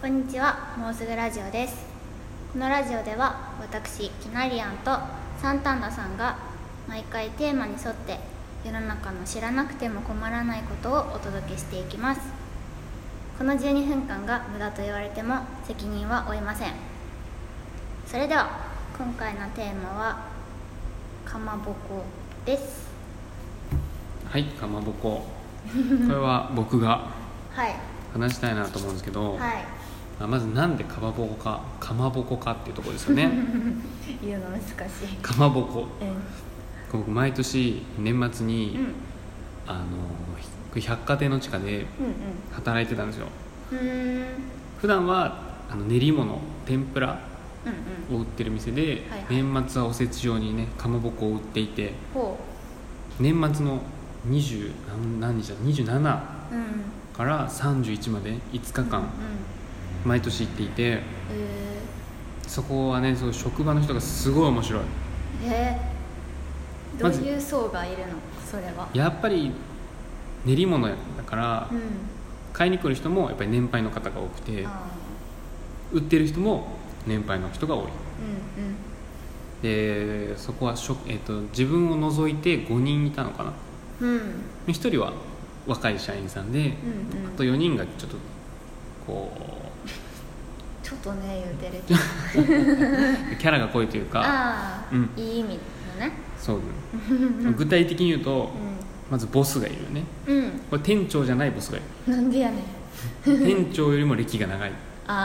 こんにちは、もうすぐラジオです。このラジオでは私キナリアンとサンタンダさんが毎回テーマに沿って世の中の知らなくても困らないことをお届けしていきます。この12分間が無駄と言われても責任は負いません。それでは今回のテーマはかまぼこです。 はい、かまぼここれは僕がはい話したいなと思うんですけど、 はいまずなんでかまぼこかっていうところですよね言うの難しい。 かまぼこ、 うん僕毎年年末に、百貨店の地下で働いてたんですよ。普段は練り物天ぷらを売ってる店で、年末はおせち用にねかまぼこを売っていて、年末の何日だ27から31まで5日間、毎年行っていて、そこはね、そう職場の人がすごい面白い。 どういう層がいるの？それはやっぱり練り物だから、買いに来る人もやっぱり年配の方が多くて、売ってる人も年配の人が多い、でそこは自分を除いて5人いたのかな、1人は若い社員さんで、あと4人がちょっとこうちょっとね言うてるキャラが濃いというか、 いい意味のね。 そう具体的に言うと、まずボスがいるよね、これ店長じゃないボスがいる。 なんでやねん店長よりも歴が長い。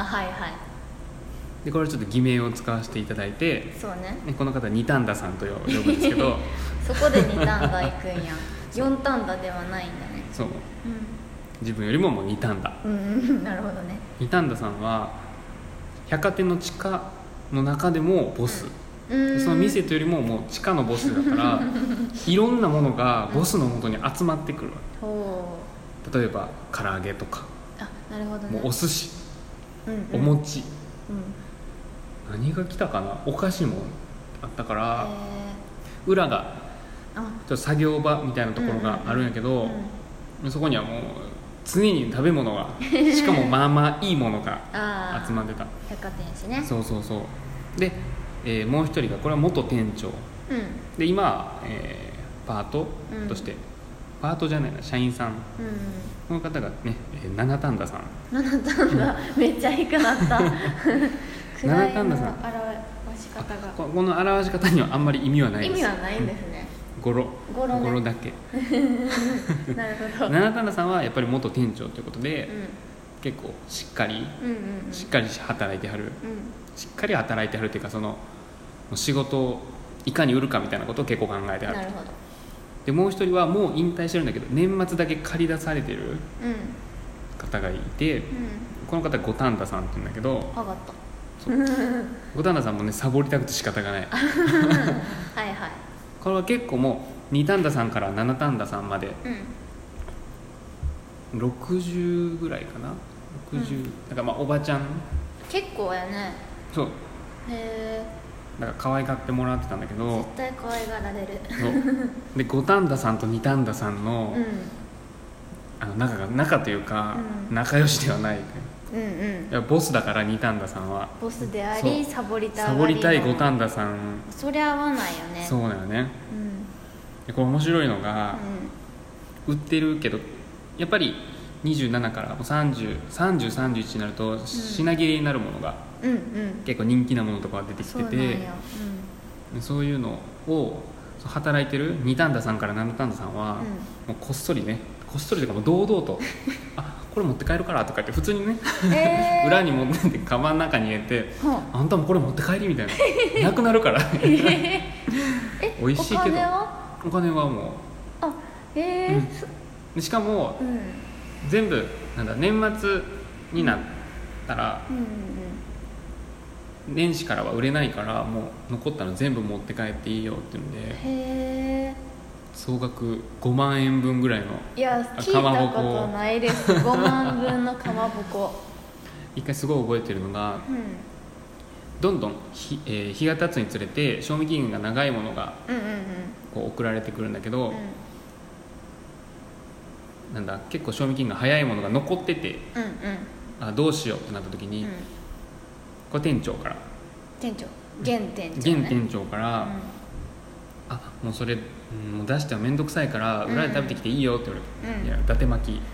でこれはちょっと偽名を使わせていただいて、 そうね、 この方二反田さんと呼ぶんですけどそこで二反田行くんや四反田ではないんだね。 そう、自分よりももう二反田、 なるほどね。 二反田さんは百貨店の地下の中でもボス、その店というよりももう地下のボスだからいろんなものがボスの元に集まってくる、例えば唐揚げとか、 なるほどね、 もうお寿司、お餅、何が来たかな、お菓子もあったから、裏がちょっと作業場みたいなところがあるんやけど、そこにはもう常に食べ物がしかもまあまあいいものが集まってた百貨店しね。 そうで、もう一人がこれは元店長、で今は、パートとして、パートじゃないな、社員さん、この方がね、七反田さん。 七反田めっちゃ低くなった七反田さん、 表し方が、 この表し方にはあんまり意味はないです。 意味はないんですね。 語呂だけなるほど。 七反田さんはやっぱり元店長ということで、結構しっかり働いてはる、しっかり働いてはるっていうか、その仕事をいかに売るかみたいなことを結構考えてはる。 なるほど。 でもう一人はもう引退してるんだけど年末だけ借り出されてる方がいて、この方五反田さんって言うんだけど、 上がった五反田さんもねサボりたくて仕方がないこれは結構もう二反田さんから七反田さんまで、60ぐらいかな、60、だからまあおばちゃん、 結構やね。 そう、だから可愛がってもらってたんだけど、 絶対可愛がられる。 そうで五反田さんと二反田さんの、仲というか、仲良しではない、いやボスだから二反田さんはボスでありサボりたサボりたい五反田さん、 そりゃ合わないよね。 そうだよね、でこれ面白いのが、売ってるけどやっぱり27から3031になると品切れになるものが、結構人気なものとかが出てきてて、そういうのを働いてる二反田さんから七反田さんは、もうこっそりというかもう堂々とこれ持って帰るからとか言って普通にね、裏に持ってってカバンの中に入れて、あんたもこれ持って帰りみたいななくなるから美味しいけどお金はもう、しかも、全部年末になったら、年始からは売れないからもう残ったの全部持って帰っていいよって言うんで、総額5万円分ぐらいのいや聞いたことないです。5万分のかまぼこ一回すごい覚えてるのが、どんどん日が経つにつれて賞味期限が長いものがこう送られてくるんだけど、結構賞味期限が早いものが残ってて、 どうしようってなった時に、これ店長から現店長から、 もうそれ、もう出しては面倒くさいから裏で食べてきていいよって言われて、いや伊達巻き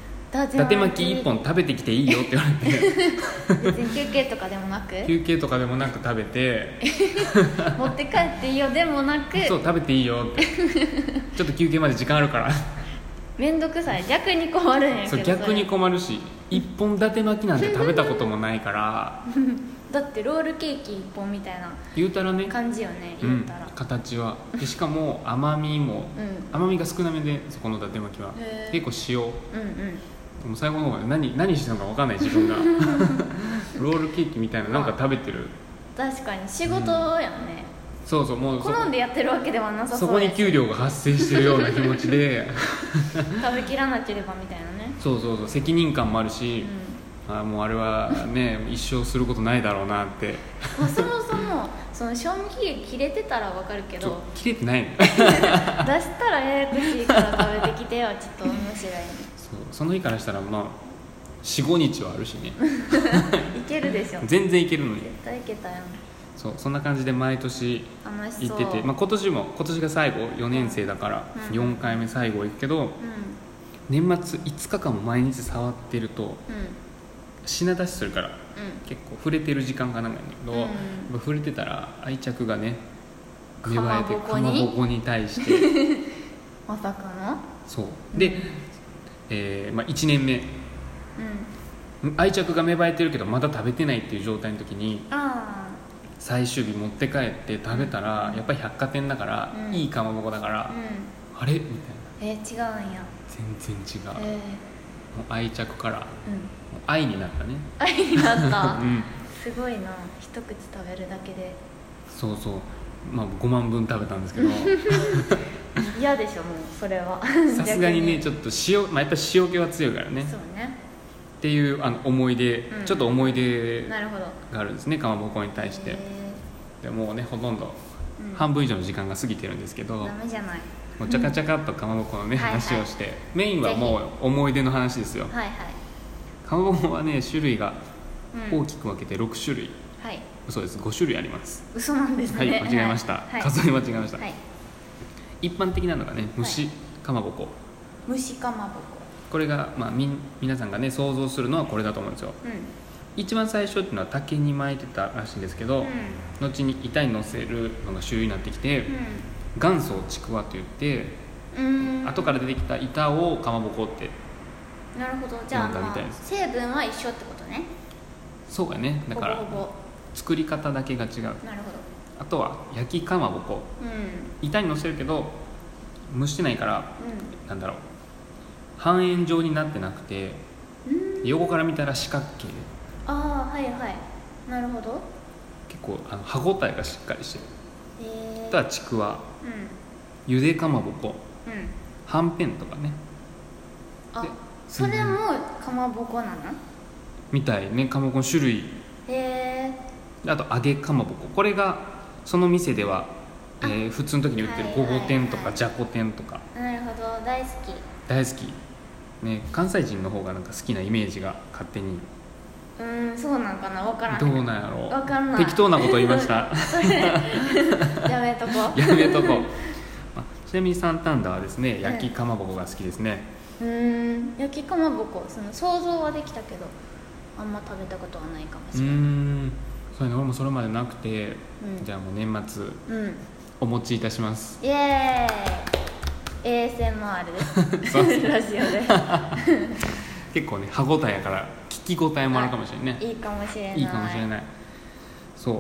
1本食べてきていいよって言われて別に休憩とかでもなく休憩とかでもなく食べて持って帰っていいよでもなくそう食べていいよってちょっと休憩まで時間あるから面倒くさい逆に困るんやけどそう逆に困るし1本伊達巻きなんて食べたこともないからだってロールケーキ1本みたいな言うたらね感じよね言うたら、 形はでしかも甘みが少なめでそこの伊達巻きは結構塩、もう最後の方まで何してるのか分かんない自分がロールケーキみたいななんか食べてる、 確かに仕事やね、 そうもう好んでやってるわけではなさそうそこに給料が発生してるような気持ちで食べきらなければみたいなねそう責任感もあるし、もうあれはね一生することないだろうなってそもそもその賞味期限切れてたら分かるけど切れてないの出したらややこしいから食べてきてよちょっと面白いねその日からしたら45日はあるしねいけるでしょ全然いけるのに絶対いけたよそんな感じで毎年行ってて、今年が最後4年生だから4回目最後行くけど、年末5日間も毎日触ってると、品出しするから、結構触れてる時間が長いんだけど、触れてたら愛着がね芽生えてかまぼこに対してまさかのそうで、1年目、愛着が芽生えてるけどまだ食べてないっていう状態の時に最終日持って帰って食べたら、やっぱり百貨店だから、いいかまぼこだから、あれみたいな違うんや全然違う、もう愛着から、もう愛になったね愛になった、すごいな一口食べるだけでそう5万分食べたんですけど嫌でしょもうそれはさすがにねちょっとやっぱり塩気は強いからねそうねっていう思い出、ちょっと思い出なるほどがあるんですねかまぼこに対して。でもうねほとんど半分以上の時間が過ぎてるんですけど、 ダメじゃない、 もうちゃかちゃかっとかまぼこのね、話をして、メインはもう思い出の話ですよ。かまぼこはね種類が大きく分けて6種類、嘘です5種類あります。 嘘なんですね、 はい間違えました、数え間違えました、一般的なのがね蒸しかまぼこ、 蒸しかまぼここれが、皆さんがね想像するのはこれだと思うんですよ、一番最初っていうのは竹に巻いてたらしいんですけど、後に板に乗せるのが主流になってきて、元祖ちくわといって、後から出てきた板をかまぼこってなるほどじゃあ、成分は一緒ってことね。 そうやねだからほぼ作り方だけが違う。なるほど。 あとは焼きかまぼこ、板に乗せるけど蒸してないから、なんだろう半円状になってなくて、横から見たら四角形。 なるほど。 結構歯ごたえがしっかりしてる。あとはちくわ、ゆでかまぼこ、はんぺんとかね。 それもかまぼこなのみたいね。かまぼこの種類。あと揚げかまぼこ、これがその店では、普通の時に売ってるごぼ天とかじゃこ天とか。 なるほど大好きね。関西人の方がなんか好きなイメージが勝手に。 そうなんかな分からん。 どうなんやろう。 分かんない。 適当なこと言いました。 やめとこう。 やめとこう。ちなみにサンタンダはですね、焼きかまぼこが好きですね。 焼きかまぼこ、その想像はできたけどあんま食べたことはないかもしれない。 そういうの俺もそれまでなくて、じゃあもう年末、お持ちいたします。 イエーイ ASMR ですラジオで結構ね歯ごたえやから聞き応えもあるかもしれないね。 いいかもしれない。 いいかもしれない。そう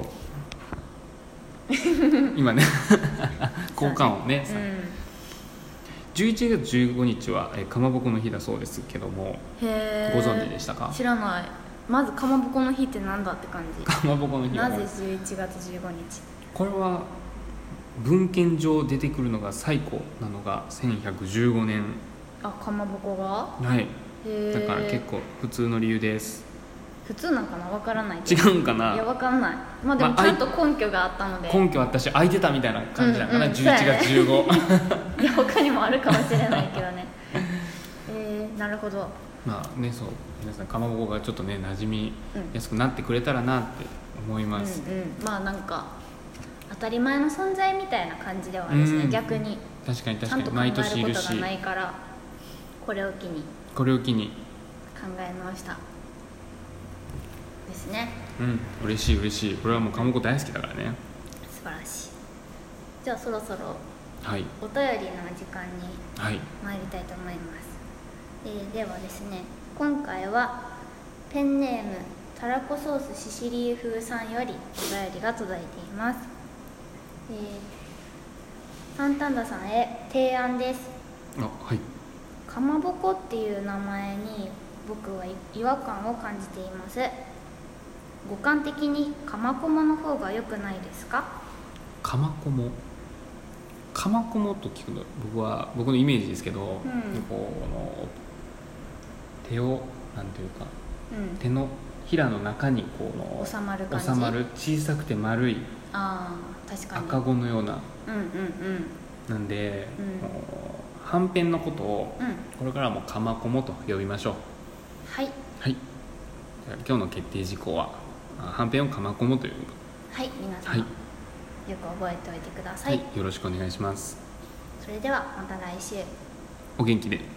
今ね交換音ね、11月15日はかまぼこの日だそうですけども、ご存知でしたか？ 知らない。まずかまぼこの日ってなんだって感じ。 かまぼこの日はなぜ11月15日？ これは文献上出てくるのが最古なのが1115年。 かまぼこが？ はい。だから結構普通の理由です。 普通なんかな、分からない。 違うんかな。 いや分かんない。でもちゃんと根拠があったので。 根拠あったし空いてたみたいな感じだから、11月15。 いや他にもあるかもしれないけどね。なるほど。 まあね、そう皆さんかまぼこがちょっとね馴染みやすくなってくれたらなって思います、 まあなんか当たり前の存在みたいな感じではあるしね、逆に確かにちゃんと考えることがないからこれを機に考え直したですね。 嬉しい。これはもうかまぼこ大好きだからね。 素晴らしい。じゃあそろそろはいお便りの時間に参りたいと思います、ではですね、今回はペンネームたらこソースシシリー風さんよりお便りが届いています。サンタンダさんへ提案です。かまぼこっていう名前に僕は違和感を感じています。五感的にかまこもの方が良くないですか？ かまこもと聞くの僕のイメージですけど、こう手をなんていうか、手のひらの中にこう収まる感じ、 小さくて丸い確かに赤子のような、なんで、はんぺんのことをこれからもかまこもと呼びましょう。 はい、 じゃあ今日の決定事項ははんぺんをかまこもという。 皆さん、よく覚えておいてください。 よろしくお願いします。 それではまた来週。 お元気で。